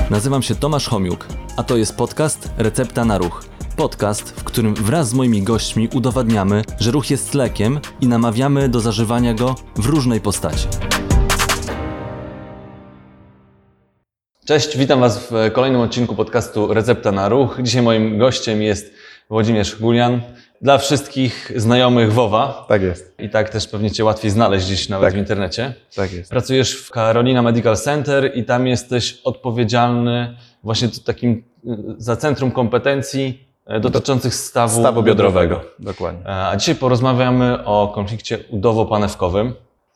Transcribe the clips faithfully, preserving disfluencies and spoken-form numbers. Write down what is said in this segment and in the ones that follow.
Nazywam się Tomasz Homiuk, a to jest podcast Recepta na ruch. Podcast, w którym wraz z moimi gośćmi udowadniamy, że ruch jest lekiem i namawiamy do zażywania go w różnej postaci. Cześć, witam Was w kolejnym odcinku podcastu Recepta na ruch. Dzisiaj moim gościem jest Włodzimierz Gulian. Dla wszystkich znajomych WOWA. Tak jest. I tak też pewnie Cię łatwiej znaleźć gdzieś nawet tak. w internecie. Tak jest. Pracujesz w Carolina Medical Center i tam jesteś odpowiedzialny właśnie takim za centrum kompetencji dotyczących stawu, stawu biodrowego. biodrowego. Dokładnie. A dzisiaj porozmawiamy o konflikcie udowo-panewkowym.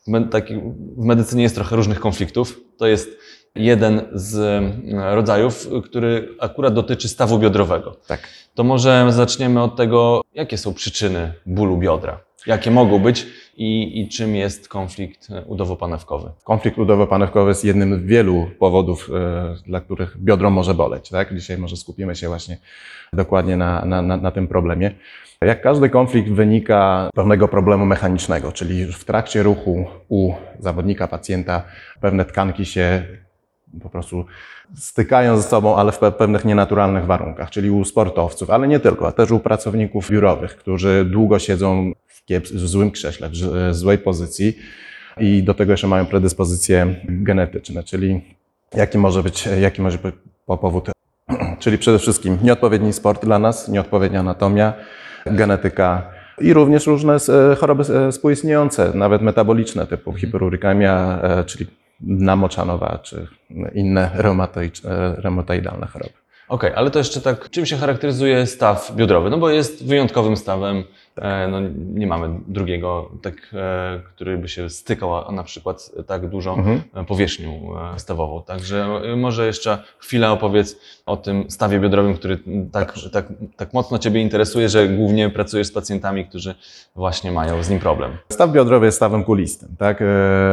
W medycynie jest trochę różnych konfliktów. To jest jeden z rodzajów, który akurat dotyczy stawu biodrowego. Tak. To może zaczniemy od tego, jakie są przyczyny bólu biodra? Jakie mogą być i, i czym jest konflikt udowo-panewkowy? Konflikt udowo-panewkowy jest jednym z wielu powodów, e, dla których biodro może boleć. Tak? Dzisiaj może skupimy się właśnie dokładnie na, na, na, na tym problemie. Jak każdy konflikt wynika z pewnego problemu mechanicznego, czyli w trakcie ruchu u zawodnika, pacjenta pewne tkanki się po prostu stykają ze sobą, ale w pewnych nienaturalnych warunkach, czyli u sportowców, ale nie tylko, a też u pracowników biurowych, którzy długo siedzą w, kiep- w złym krześle, w, w złej pozycji i do tego jeszcze mają predyspozycje genetyczne, czyli jaki może być, jaki może być powód, czyli przede wszystkim nieodpowiedni sport dla nas, nieodpowiednia anatomia, genetyka i również różne choroby współistniejące, nawet metaboliczne typu hiperurykemia, czyli namoczanowa czy inne reumatoidalne choroby. Okej, okay, ale to jeszcze tak, czym się charakteryzuje staw biodrowy? No bo jest wyjątkowym stawem, no nie mamy drugiego, tak, który by się stykał na przykład tak dużą mhm. powierzchnią stawową. Także może jeszcze chwilę opowiedz o tym stawie biodrowym, który tak, tak, tak mocno Ciebie interesuje, że głównie pracujesz z pacjentami, którzy właśnie mają z nim problem. Staw biodrowy jest stawem kulistym, tak?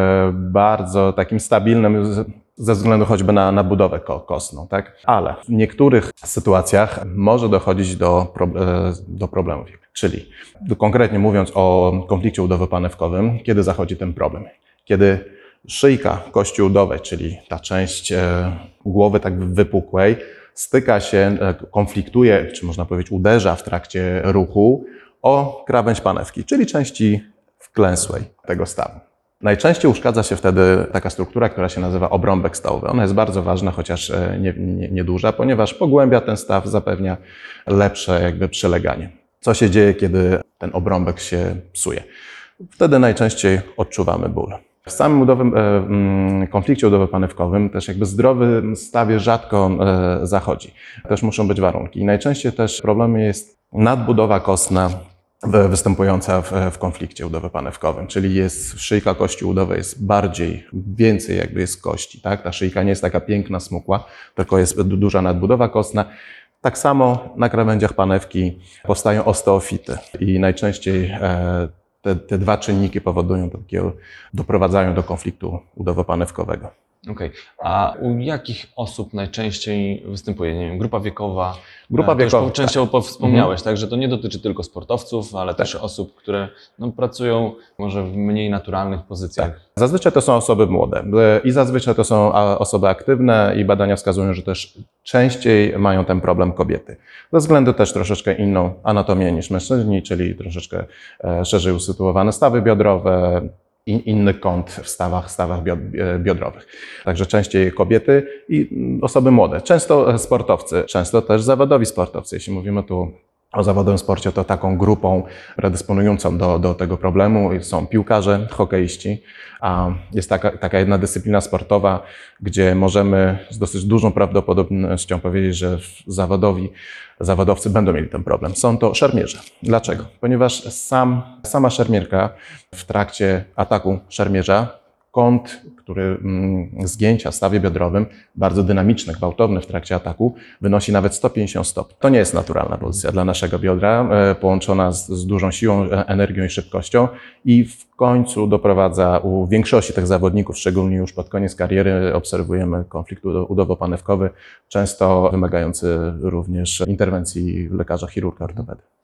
Bardzo takim stabilnym, ze względu choćby na, na budowę kostną, tak? Ale w niektórych sytuacjach może dochodzić do, do problemów. Czyli konkretnie mówiąc o konflikcie udowo-panewkowym, kiedy zachodzi ten problem? Kiedy szyjka kości udowej, czyli ta część głowy tak wypukłej, styka się, konfliktuje, czy można powiedzieć uderza w trakcie ruchu o krawędź panewki, czyli części wklęsłej tego stawu. Najczęściej uszkadza się wtedy taka struktura, która się nazywa obrąbek stawowy. Ona jest bardzo ważna, chociaż nie, nie, nieduża, ponieważ pogłębia ten staw, zapewnia lepsze jakby przyleganie. Co się dzieje, kiedy ten obrąbek się psuje? Wtedy najczęściej odczuwamy ból. W samym udowym, e, konflikcie udowo-panewkowym też jakby zdrowy stawie rzadko e, zachodzi. Też muszą być warunki. I najczęściej też problemem jest nadbudowa kostna występująca w, w konflikcie udowo-panewkowym, czyli jest szyjka kości udowej jest bardziej, więcej jakby jest kości, tak? Ta szyjka nie jest taka piękna, smukła, tylko jest duża nadbudowa kostna. Tak samo na krawędziach panewki powstają osteofity i najczęściej e, te, te dwa czynniki powodują takiego, doprowadzają do konfliktu udowo-panewkowego. Okej, okay. A u jakich osób najczęściej występuje? Nie wiem, grupa wiekowa? Grupa to wiekowa. Już częściowo tak. wspomniałeś, tak, że to nie dotyczy tylko sportowców, ale tak. też osób, które no, pracują może w mniej naturalnych pozycjach. Tak. Zazwyczaj to są osoby młode i zazwyczaj to są osoby aktywne i badania wskazują, że też częściej mają ten problem kobiety. Ze względu też troszeczkę inną anatomię niż mężczyźni, czyli troszeczkę szerzej usytuowane stawy biodrowe, inny kąt w stawach, stawach biodrowych. Także częściej kobiety i osoby młode. Często sportowcy, często też zawodowi sportowcy. Jeśli mówimy tu o zawodowym sporcie, to taką grupą predysponującą do, do tego problemu są piłkarze, hokeiści. A jest taka, taka jedna dyscyplina sportowa, gdzie możemy z dosyć dużą prawdopodobnością powiedzieć, że zawodowi, zawodowcy będą mieli ten problem. Są to szermierze. Dlaczego? Ponieważ sam, sama szermierka w trakcie ataku szermierza, kąt, który mm, zgięcia w stawie biodrowym, bardzo dynamiczny, gwałtowny w trakcie ataku, wynosi nawet sto pięćdziesiąt stopni. To nie jest naturalna pozycja dla naszego biodra, e, połączona z, z dużą siłą, energią i szybkością i w końcu doprowadza u większości tych zawodników, szczególnie już pod koniec kariery, obserwujemy konflikt udowo-panewkowy, często wymagający również interwencji lekarza chirurga ortopedy.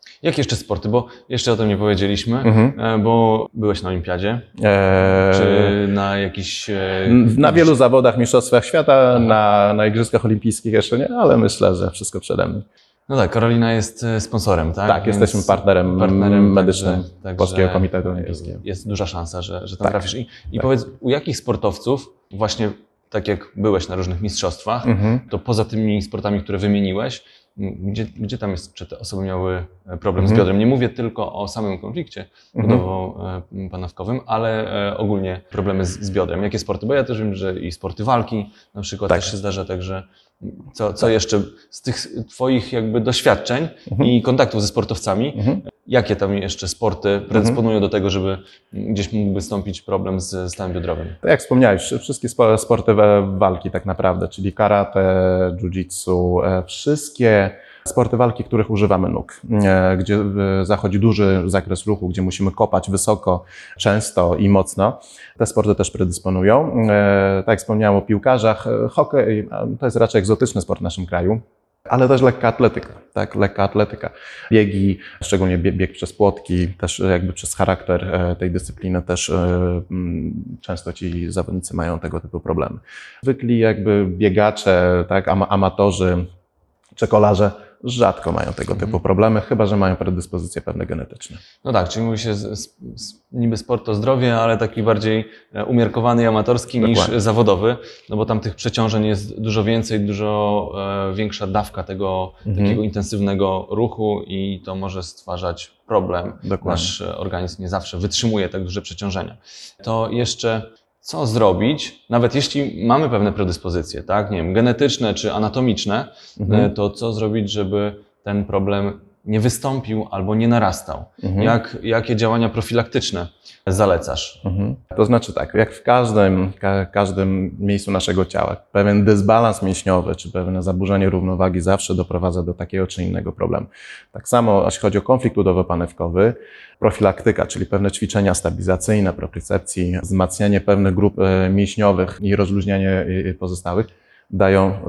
Jak jeszcze sporty? Bo jeszcze o tym nie powiedzieliśmy, Mhm. e, bo byłeś na olimpiadzie, Eee, czy na jakiś... e, Na jakiś- wielu zawodach, mistrzostwach świata, na, na Igrzyskach Olimpijskich jeszcze nie, ale myślę, że wszystko przede mną. No tak, Karolina jest e, sponsorem, tak? Tak, Więc jesteśmy partnerem, partnerem medycznym także- także Polskiego Komitetu Olimpijskiego. Jest duża szansa, że, że tam Tak. trafisz. I, i Tak. powiedz, u jakich sportowców, właśnie tak jak byłeś na różnych mistrzostwach, Mhm. to poza tymi sportami, które wymieniłeś, m, gdzie, gdzie tam jest, czy te osoby miały problem z Mhm. biodrem? Nie mówię tylko o samym konflikcie Mhm. budowo-panewkowym, ale e, ogólnie problemy z, z biodrem. Jakie sporty? Bo ja też wiem, że i sporty walki na przykład Tak. też się zdarza, także co, co jeszcze z tych Twoich jakby doświadczeń Mhm. i kontaktów ze sportowcami, Mhm. jakie tam jeszcze sporty predysponują do tego, żeby gdzieś mógł wystąpić problem z stawem biodrowym? Tak jak wspomniałeś, wszystkie spo- sporty wa- walki tak naprawdę, czyli karate, jiu-jitsu, e, wszystkie sporty walki, których używamy nóg, e, gdzie e, zachodzi duży zakres ruchu, gdzie musimy kopać wysoko, często i mocno. Te sporty też predysponują. E, Tak jak wspomniałem o piłkarzach, e, hokej a to jest raczej egzotyczny sport w naszym kraju. Ale też lekka atletyka, tak, lekka atletyka. Biegi, szczególnie bieg, bieg przez płotki, też jakby przez charakter e, tej dyscypliny też e, mm, często ci zawodnicy mają tego typu problemy. Zwykli jakby biegacze, tak, ama, amatorzy czy kolarze rzadko mają tego typu problemy, chyba że mają predyspozycje pewne genetyczne. No tak, czyli mówi się z, z, z, niby sport to zdrowie, ale taki bardziej e, umiarkowany i amatorski Dokładnie. niż zawodowy, no bo tam tych przeciążeń jest dużo więcej, dużo e, większa dawka tego Mhm. takiego intensywnego ruchu i to może stwarzać problem. Dokładnie. Nasz e, organizm nie zawsze wytrzymuje tak duże przeciążenia. To jeszcze co zrobić, nawet jeśli mamy pewne predyspozycje, tak, nie wiem, genetyczne czy anatomiczne, Mhm. e, to co zrobić, żeby ten problem nie wystąpił albo nie narastał? Mhm. Jak, jakie działania profilaktyczne zalecasz? Mhm. To znaczy tak, jak w każdym, ka, każdym miejscu naszego ciała, pewien dysbalans mięśniowy czy pewne zaburzenie równowagi zawsze doprowadza do takiego czy innego problemu. Tak samo jeśli chodzi o konflikt udowo-panewkowy, profilaktyka, czyli pewne ćwiczenia stabilizacyjne, propriocepcji, wzmacnianie pewnych grup e, mięśniowych i rozluźnianie e, pozostałych dają, e,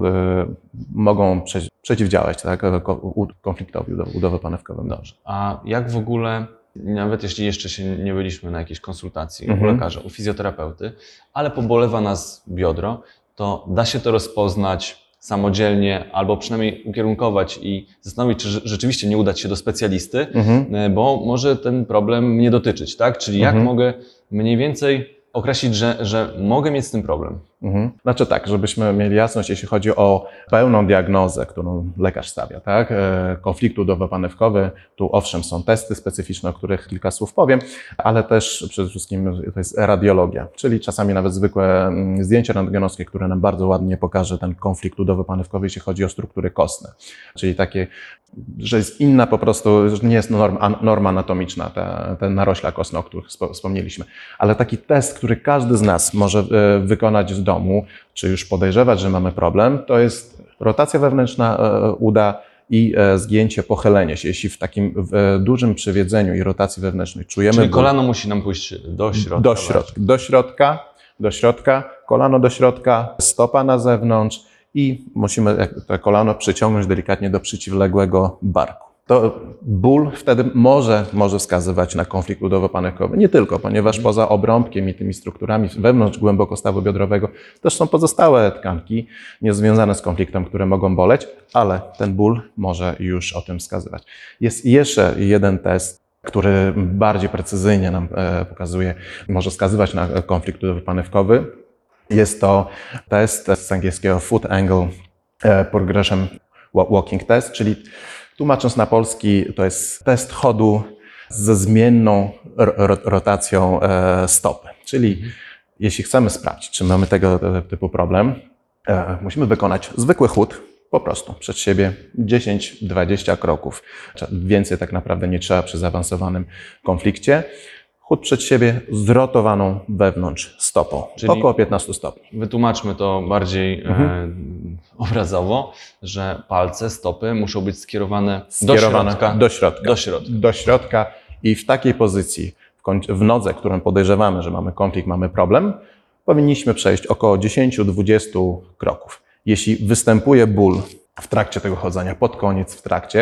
mogą prze, przeciwdziałać tak, ko- u- konfliktowi udo- udowo-panewkowemu. Dobrze. A jak w ogóle, nawet jeśli jeszcze się nie byliśmy na jakiejś konsultacji Mhm. u lekarza, u fizjoterapeuty, ale pobolewa nas biodro, to da się to rozpoznać samodzielnie albo przynajmniej ukierunkować i zastanowić, czy rze- rzeczywiście nie udać się do specjalisty, Mhm. e, bo może ten problem mnie dotyczyć, tak? Czyli jak Mhm. mogę mniej więcej określić, że, że mogę mieć z tym problem? Mhm. Znaczy tak, żebyśmy mieli jasność, jeśli chodzi o pełną diagnozę, którą lekarz stawia, tak? E, konflikt udowo-panewkowy, tu owszem są testy specyficzne, o których kilka słów powiem, ale też przede wszystkim to jest radiologia, czyli czasami nawet zwykłe mm, zdjęcie rentgenowskie, które nam bardzo ładnie pokaże ten konflikt udowo-panewkowy, jeśli chodzi o struktury kostne, czyli takie, że jest inna po prostu, że nie jest norma, norma anatomiczna, ta, te narośla kostne, o których spo- wspomnieliśmy, ale taki test, który każdy z nas może e, wykonać w domu, czy już podejrzewać, że mamy problem, to jest rotacja wewnętrzna e, uda i e, zgięcie, pochylenie się. Jeśli w takim w, e, dużym przywiedzeniu i rotacji wewnętrznej czujemy Czyli ból, kolano musi nam pójść do środka. do środka, do środka, do środka, kolano do środka, stopa na zewnątrz i musimy jak to kolano przyciągnąć delikatnie do przeciwległego barku. To ból wtedy może, może wskazywać na konflikt udowo-panewkowy. Nie tylko, ponieważ poza obrąbkiem i tymi strukturami wewnątrz głęboko stawu biodrowego też są pozostałe tkanki niezwiązane z konfliktem, które mogą boleć, ale ten ból może już o tym wskazywać. Jest jeszcze jeden test, który bardziej precyzyjnie nam e, pokazuje, może wskazywać na konflikt udowo-panewkowy. Jest to test z angielskiego Foot Angle e, Progression Wa- Walking Test, czyli tłumacząc na polski, to jest test chodu ze zmienną ro- ro- rotacją e, stopy. Czyli jeśli chcemy sprawdzić, czy mamy tego typu problem, e, musimy wykonać zwykły chód, po prostu przed siebie dziesięć do dwudziestu kroków. Więcej tak naprawdę nie trzeba przy zaawansowanym konflikcie. Chód przed siebie z rotowaną wewnątrz stopą, Czyli- około piętnaście stopni. Wytłumaczmy to bardziej Mhm. e, obrazowo, że palce, stopy muszą być skierowane, Skierowane do środka. do środka. Do środka. Do środka i w takiej pozycji, w, koń- w nodze, którą podejrzewamy, że mamy konflikt, mamy problem, powinniśmy przejść około dziesięć do dwudziestu kroków. Jeśli występuje ból w trakcie tego chodzenia, pod koniec, w trakcie,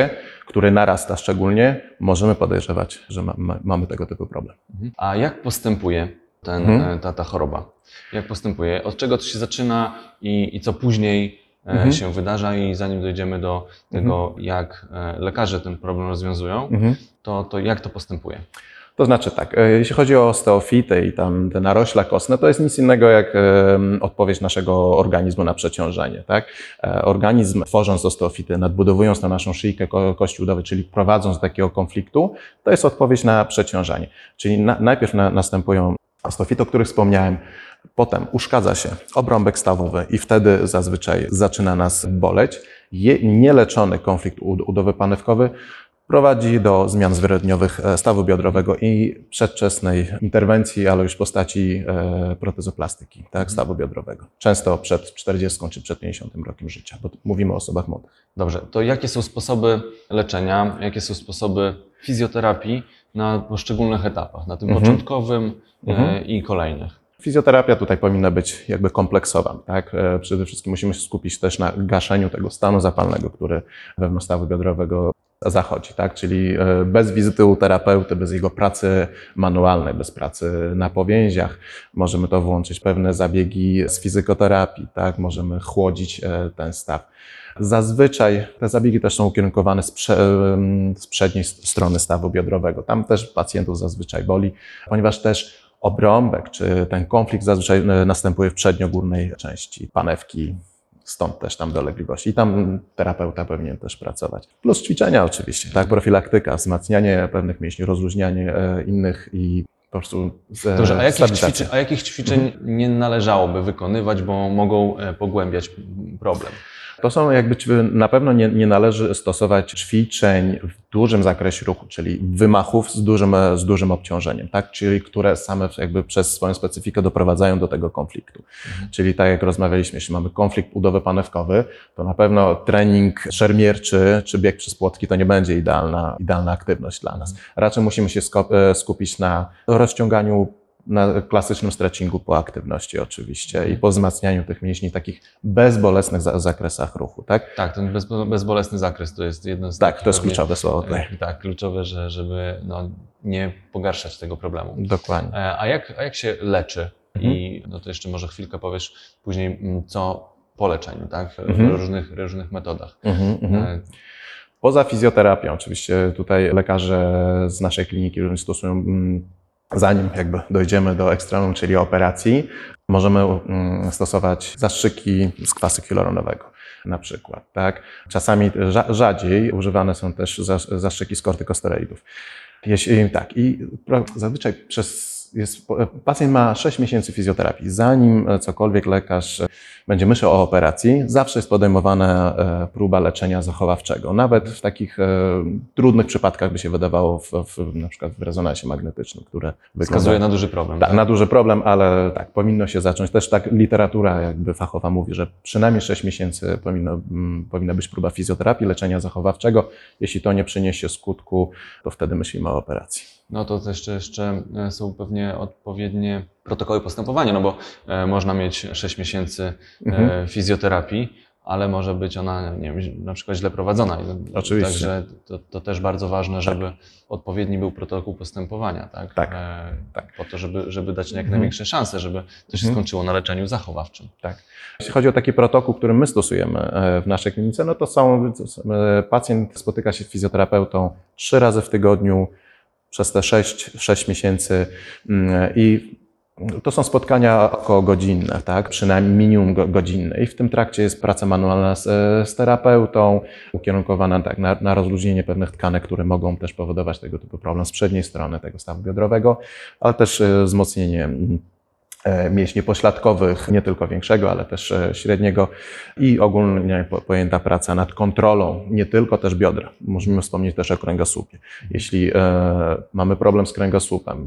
który narasta szczególnie, możemy podejrzewać, że ma, ma, mamy tego typu problem. A jak postępuje ten, Mhm. ta, ta choroba? Jak postępuje? Od czego to się zaczyna i, i co później e, Mhm. się wydarza? I zanim dojdziemy do tego, jak e, lekarze ten problem rozwiązują, Mhm. to, to jak to postępuje? To znaczy tak, e, jeśli chodzi o osteofitę i tam te narośla kostne, to jest nic innego jak e, odpowiedź naszego organizmu na przeciążenie. Tak? E, organizm, tworząc osteofitę, nadbudowując na naszą szyjkę ko kości udowej, czyli prowadząc do takiego konfliktu, to jest odpowiedź na przeciążanie. Czyli na, najpierw na, następują osteofity, o których wspomniałem, potem uszkadza się obrąbek stawowy i wtedy zazwyczaj zaczyna nas boleć. Je, nieleczony konflikt udowy panewkowy prowadzi do zmian zwyrodniowych stawu biodrowego i przedwczesnej interwencji, ale już w postaci e, protezoplastyki, tak, stawu biodrowego. Często przed czterdziestym czy przed pięćdziesiątym rokiem życia, bo mówimy o osobach młodych. Dobrze, to jakie są sposoby leczenia, jakie są sposoby fizjoterapii na poszczególnych etapach, na tym Mhm. początkowym e, Mhm. i kolejnych? Fizjoterapia tutaj powinna być jakby kompleksowa. Tak? E, Przede wszystkim musimy się skupić też na gaszeniu tego stanu zapalnego, który wewnątrz stawu biodrowego zachodzi. Tak? Czyli e, bez wizyty u terapeuty, bez jego pracy manualnej, bez pracy na powięziach, możemy to włączyć pewne zabiegi z fizykoterapii, tak? Możemy chłodzić e, ten staw. Zazwyczaj te zabiegi też są ukierunkowane z, prze, z przedniej strony stawu biodrowego. Tam też pacjentów zazwyczaj boli, ponieważ też obrąbek czy ten konflikt zazwyczaj następuje w przedniogórnej części panewki, stąd też tam dolegliwości. I tam terapeuta powinien też pracować. Plus ćwiczenia oczywiście, tak, profilaktyka, wzmacnianie pewnych mięśni, rozluźnianie innych i po prostu e, Dobrze, a jakich, stabilizacja. ćwiczeń, a jakich ćwiczeń nie należałoby wykonywać, bo mogą e, pogłębiać problem? To są jakby, na pewno nie, nie należy stosować ćwiczeń w dużym zakresie ruchu, czyli wymachów z dużym, z dużym obciążeniem, tak? Czyli które same jakby przez swoją specyfikę doprowadzają do tego konfliktu. Mhm. Czyli tak jak rozmawialiśmy, jeśli mamy konflikt udowy panewkowy, to na pewno trening szermierczy czy bieg przez płotki to nie będzie idealna, idealna aktywność dla nas. Raczej musimy się skupić na rozciąganiu, na klasycznym stretchingu po aktywności oczywiście i po wzmacnianiu tych mięśni w takich bezbolesnych za zakresach ruchu, tak? Tak, ten bez, bezbolesny zakres to jest jedno z Tak, to jest pewnie, kluczowe słowo tutaj. Tak, kluczowe, że, żeby no, nie pogarszać tego problemu. Dokładnie. A jak, a jak się leczy? Mhm. I no to jeszcze może chwilkę powiesz później, co po leczeniu, tak? Mhm. W różnych, różnych metodach. Mhm, mhm. Poza fizjoterapią, oczywiście tutaj lekarze z naszej kliniki stosują, zanim jakby dojdziemy do ekstremum, czyli operacji, możemy stosować zastrzyki z kwasu hialuronowego na przykład. Tak? Czasami rzadziej używane są też zastrzyki z kortykosteroidów. Jeśli, tak, i zazwyczaj przez Jest, pacjent ma sześć miesięcy fizjoterapii. Zanim cokolwiek lekarz będzie myślał o operacji, zawsze jest podejmowana próba leczenia zachowawczego. Nawet w takich trudnych przypadkach by się wydawało, w, w, na przykład w rezonansie magnetycznym, które wskazuje na duży problem. Tak, tak, na duży problem, ale tak, powinno się zacząć. Też tak literatura jakby fachowa mówi, że przynajmniej sześć miesięcy powinno, powinna być próba fizjoterapii, leczenia zachowawczego. Jeśli to nie przyniesie skutku, to wtedy myślimy o operacji. No to jeszcze, jeszcze są pewnie odpowiednie protokoły postępowania, no bo e, można mieć sześć miesięcy e, mhm. fizjoterapii, ale może być ona, nie wiem, na przykład źle prowadzona. Oczywiście. Także to, to też bardzo ważne, żeby tak. odpowiedni był protokół postępowania, tak? Tak. E, tak. Po to, żeby, żeby dać jak mhm. największe szanse, żeby to się mhm. skończyło na leczeniu zachowawczym. Tak. Jeśli chodzi o taki protokół, który my stosujemy w naszej klinice, no to są, pacjent spotyka się z fizjoterapeutą trzy razy w tygodniu, przez te sześć miesięcy i to są spotkania około godzinne, tak? Przynajmniej minimum godzinne i w tym trakcie jest praca manualna z, z terapeutą, ukierunkowana tak, na, na rozluźnienie pewnych tkanek, które mogą też powodować tego typu problem z przedniej strony tego stawu biodrowego, ale też wzmocnienie mięśni pośladkowych, nie tylko większego, ale też średniego i ogólnie pojęta praca nad kontrolą, nie tylko też biodra. Możemy wspomnieć też o kręgosłupie. Jeśli e, mamy problem z kręgosłupem,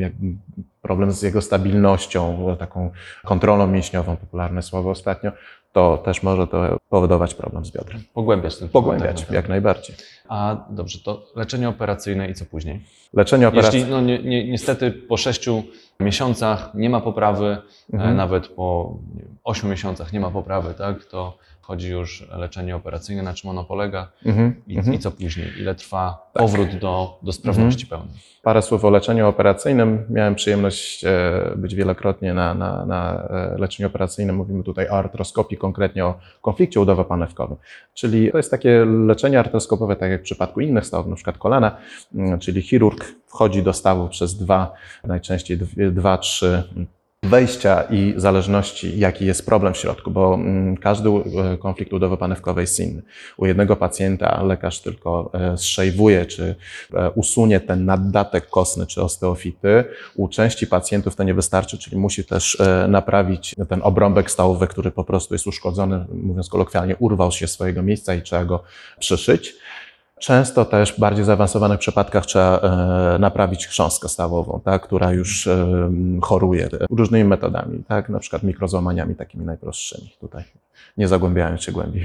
problem z jego stabilnością, taką kontrolą mięśniową, popularne słowo ostatnio, to też może to powodować problem z biodrem. Pogłębiać ten Pogłębiać, problem. jak najbardziej. A dobrze, to leczenie operacyjne i co później? Leczenie operacyjne. Jeśli no, ni, ni, niestety po sześciu miesiącach nie ma poprawy, Mhm. nawet po nie wiem, ośmiu miesiącach nie ma poprawy, tak, to wchodzi już leczenie operacyjne, na czym ono polega Mhm. i, Mhm. i co później, ile trwa powrót do, do sprawności pełnej. Parę słów o leczeniu operacyjnym. Miałem przyjemność e, być wielokrotnie na, na, na e, leczeniu operacyjnym. Mówimy tutaj o artroskopii, konkretnie o konflikcie udowo-panewkowym. Czyli to jest takie leczenie artroskopowe, tak jak w przypadku innych stawów, na przykład kolana, mm, czyli chirurg wchodzi do stawu przez dwa, najczęściej dwie, dwa, trzy wejścia i w zależności jaki jest problem w środku, bo mm, każdy e, konflikt udowo-panewkowy jest inny. U jednego pacjenta lekarz tylko e, zszejwuje czy e, usunie ten naddatek kostny czy osteofity. U części pacjentów to nie wystarczy, czyli musi też e, naprawić ten obrąbek stawowy, który po prostu jest uszkodzony, mówiąc kolokwialnie, urwał się z swojego miejsca i trzeba go przyszyć. Często też w bardziej zaawansowanych przypadkach trzeba e, naprawić chrząstkę stawową, tak, która już e, choruje różnymi metodami, tak, na przykład mikrozłamaniami takimi najprostszymi tutaj, nie zagłębiając się głębiej.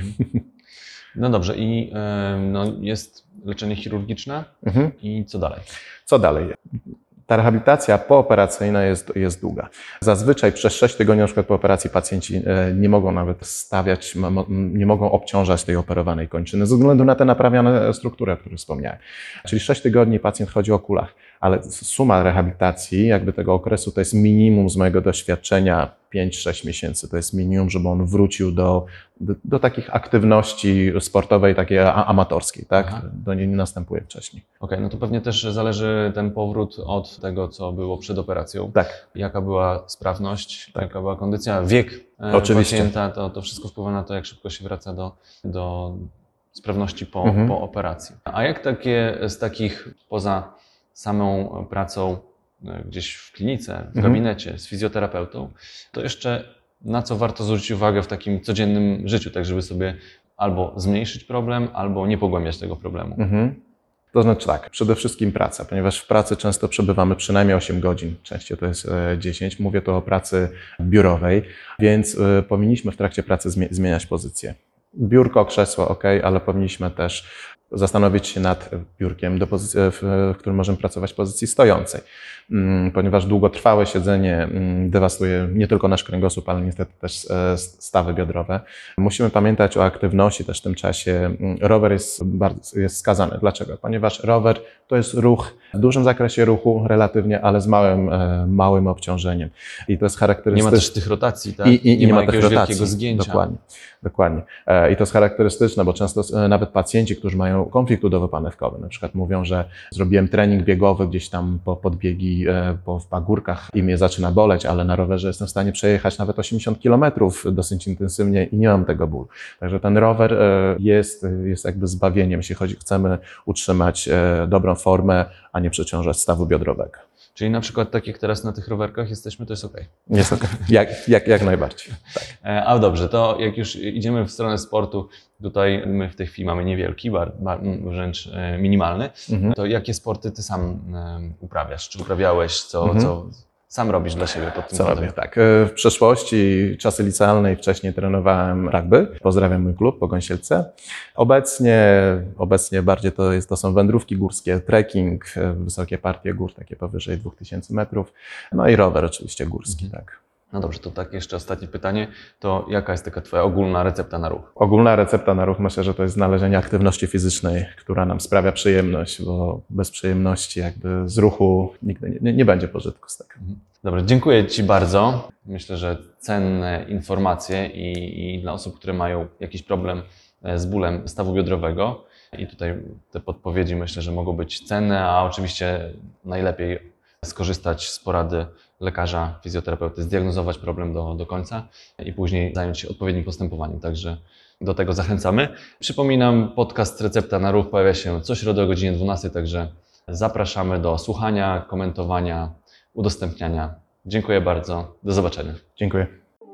No dobrze, i e, no, jest leczenie chirurgiczne Mhm. i co dalej? Co dalej? Ta rehabilitacja pooperacyjna jest, jest długa. Zazwyczaj przez sześć tygodni, na przykład po operacji, pacjenci e, nie mogą nawet stawiać, mo- mo- nie mogą obciążać tej operowanej kończyny ze względu na te naprawione struktury, o których wspomniałem. Czyli sześć tygodni pacjent chodzi o kulach, ale suma rehabilitacji, jakby tego okresu, to jest minimum z mojego doświadczenia pięć sześć miesięcy. To jest minimum, żeby on wrócił do, do, do takich aktywności sportowej, takiej a- amatorskiej, tak? Aha. Do niej nie następuje wcześniej. Okej, no to pewnie też zależy ten powrót od tego, co było przed operacją. Tak. Jaka była sprawność, jaka była kondycja, wiek e, Oczywiście. pacjenta, to, to wszystko wpływa na to, jak szybko się wraca do, do sprawności po, Mhm. po operacji. A jak takie z takich, poza samą pracą e, gdzieś w klinice, w Mhm. gabinecie z fizjoterapeutą, to jeszcze na co warto zwrócić uwagę w takim codziennym życiu, tak żeby sobie albo zmniejszyć problem, albo nie pogłębiać tego problemu. Mhm. To znaczy tak, przede wszystkim praca, ponieważ w pracy często przebywamy przynajmniej osiem godzin, częściej to jest e, dziesięć. Mówię tu o pracy biurowej, więc e, powinniśmy w trakcie pracy zmie- zmieniać pozycję. Biurko, krzesło, ok, ale powinniśmy też zastanowić się nad biurkiem, do pozycji, w, w którym możemy pracować w pozycji stojącej, Mm, ponieważ długotrwałe siedzenie mm, dewastuje nie tylko nasz kręgosłup, ale niestety też e, stawy biodrowe. Musimy pamiętać o aktywności też w tym czasie. Mm, Rower jest, bardzo, jest skazany. Dlaczego? Ponieważ rower to jest ruch w dużym zakresie ruchu relatywnie, ale z małym, e, małym obciążeniem. I to jest Nie charakterystyczne. ma też tych rotacji, tak? I, i, nie, nie ma, ma tych jakiegoś rotacji. wielkiego zgięcia. Dokładnie, dokładnie. E, I to jest charakterystyczne, bo często e, nawet pacjenci, którzy mają konflikt udowo-panewkowy, na przykład mówią, że zrobiłem trening biegowy gdzieś tam po podbiegi e, po w pagórkach i mnie zaczyna boleć, ale na rowerze jestem w stanie przejechać nawet osiemdziesiąt kilometrów dosyć intensywnie i nie mam tego bólu. Także ten rower e, jest, jest jakby zbawieniem, jeśli chodzi, chcemy utrzymać e, dobrą formę, a nie przeciążać stawu biodrowego. Czyli na przykład tak jak teraz na tych rowerkach jesteśmy, to jest okej. Jest okej. Jak, jak, jak najbardziej. E, A dobrze, to jak już idziemy w stronę sportu, tutaj my w tej chwili mamy niewielki, bar, bar, wręcz e, minimalny, Mhm. to jakie sporty ty sam e, uprawiasz? Czy uprawiałeś, co, Mhm. co sam robisz dla siebie pod tym Co kątem? robię? Tak. W przeszłości, czasy licealne i wcześniej trenowałem rugby. Pozdrawiam mój klub Pogąsielce. Obecnie, obecnie bardziej to, jest, to są wędrówki górskie, trekking, wysokie partie gór, takie powyżej dwóch tysięcy metrów. No i rower oczywiście górski, Mhm. tak. No dobrze, to tak jeszcze ostatnie pytanie, to jaka jest taka twoja ogólna recepta na ruch? Ogólna recepta na ruch, myślę, że to jest znalezienie aktywności fizycznej, która nam sprawia przyjemność, bo bez przyjemności jakby z ruchu nigdy nie, nie będzie pożytku z tego. Dobrze, dziękuję Ci bardzo. Myślę, że cenne informacje i, i dla osób, które mają jakiś problem z bólem stawu biodrowego. I tutaj te podpowiedzi myślę, że mogą być cenne, a oczywiście najlepiej skorzystać z porady lekarza, fizjoterapeuty, zdiagnozować problem do, do końca i później zająć się odpowiednim postępowaniem. Także do tego zachęcamy. Przypominam, podcast Recepta na Ruch pojawia się co środę o godzinie dwunastej, także zapraszamy do słuchania, komentowania, udostępniania. Dziękuję bardzo. Do zobaczenia. Dziękuję.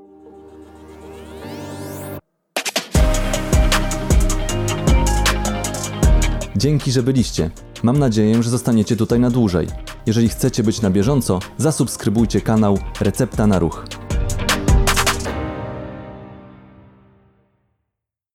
Dzięki, że byliście. Mam nadzieję, że zostaniecie tutaj na dłużej. Jeżeli chcecie być na bieżąco, zasubskrybujcie kanał Recepta na Ruch.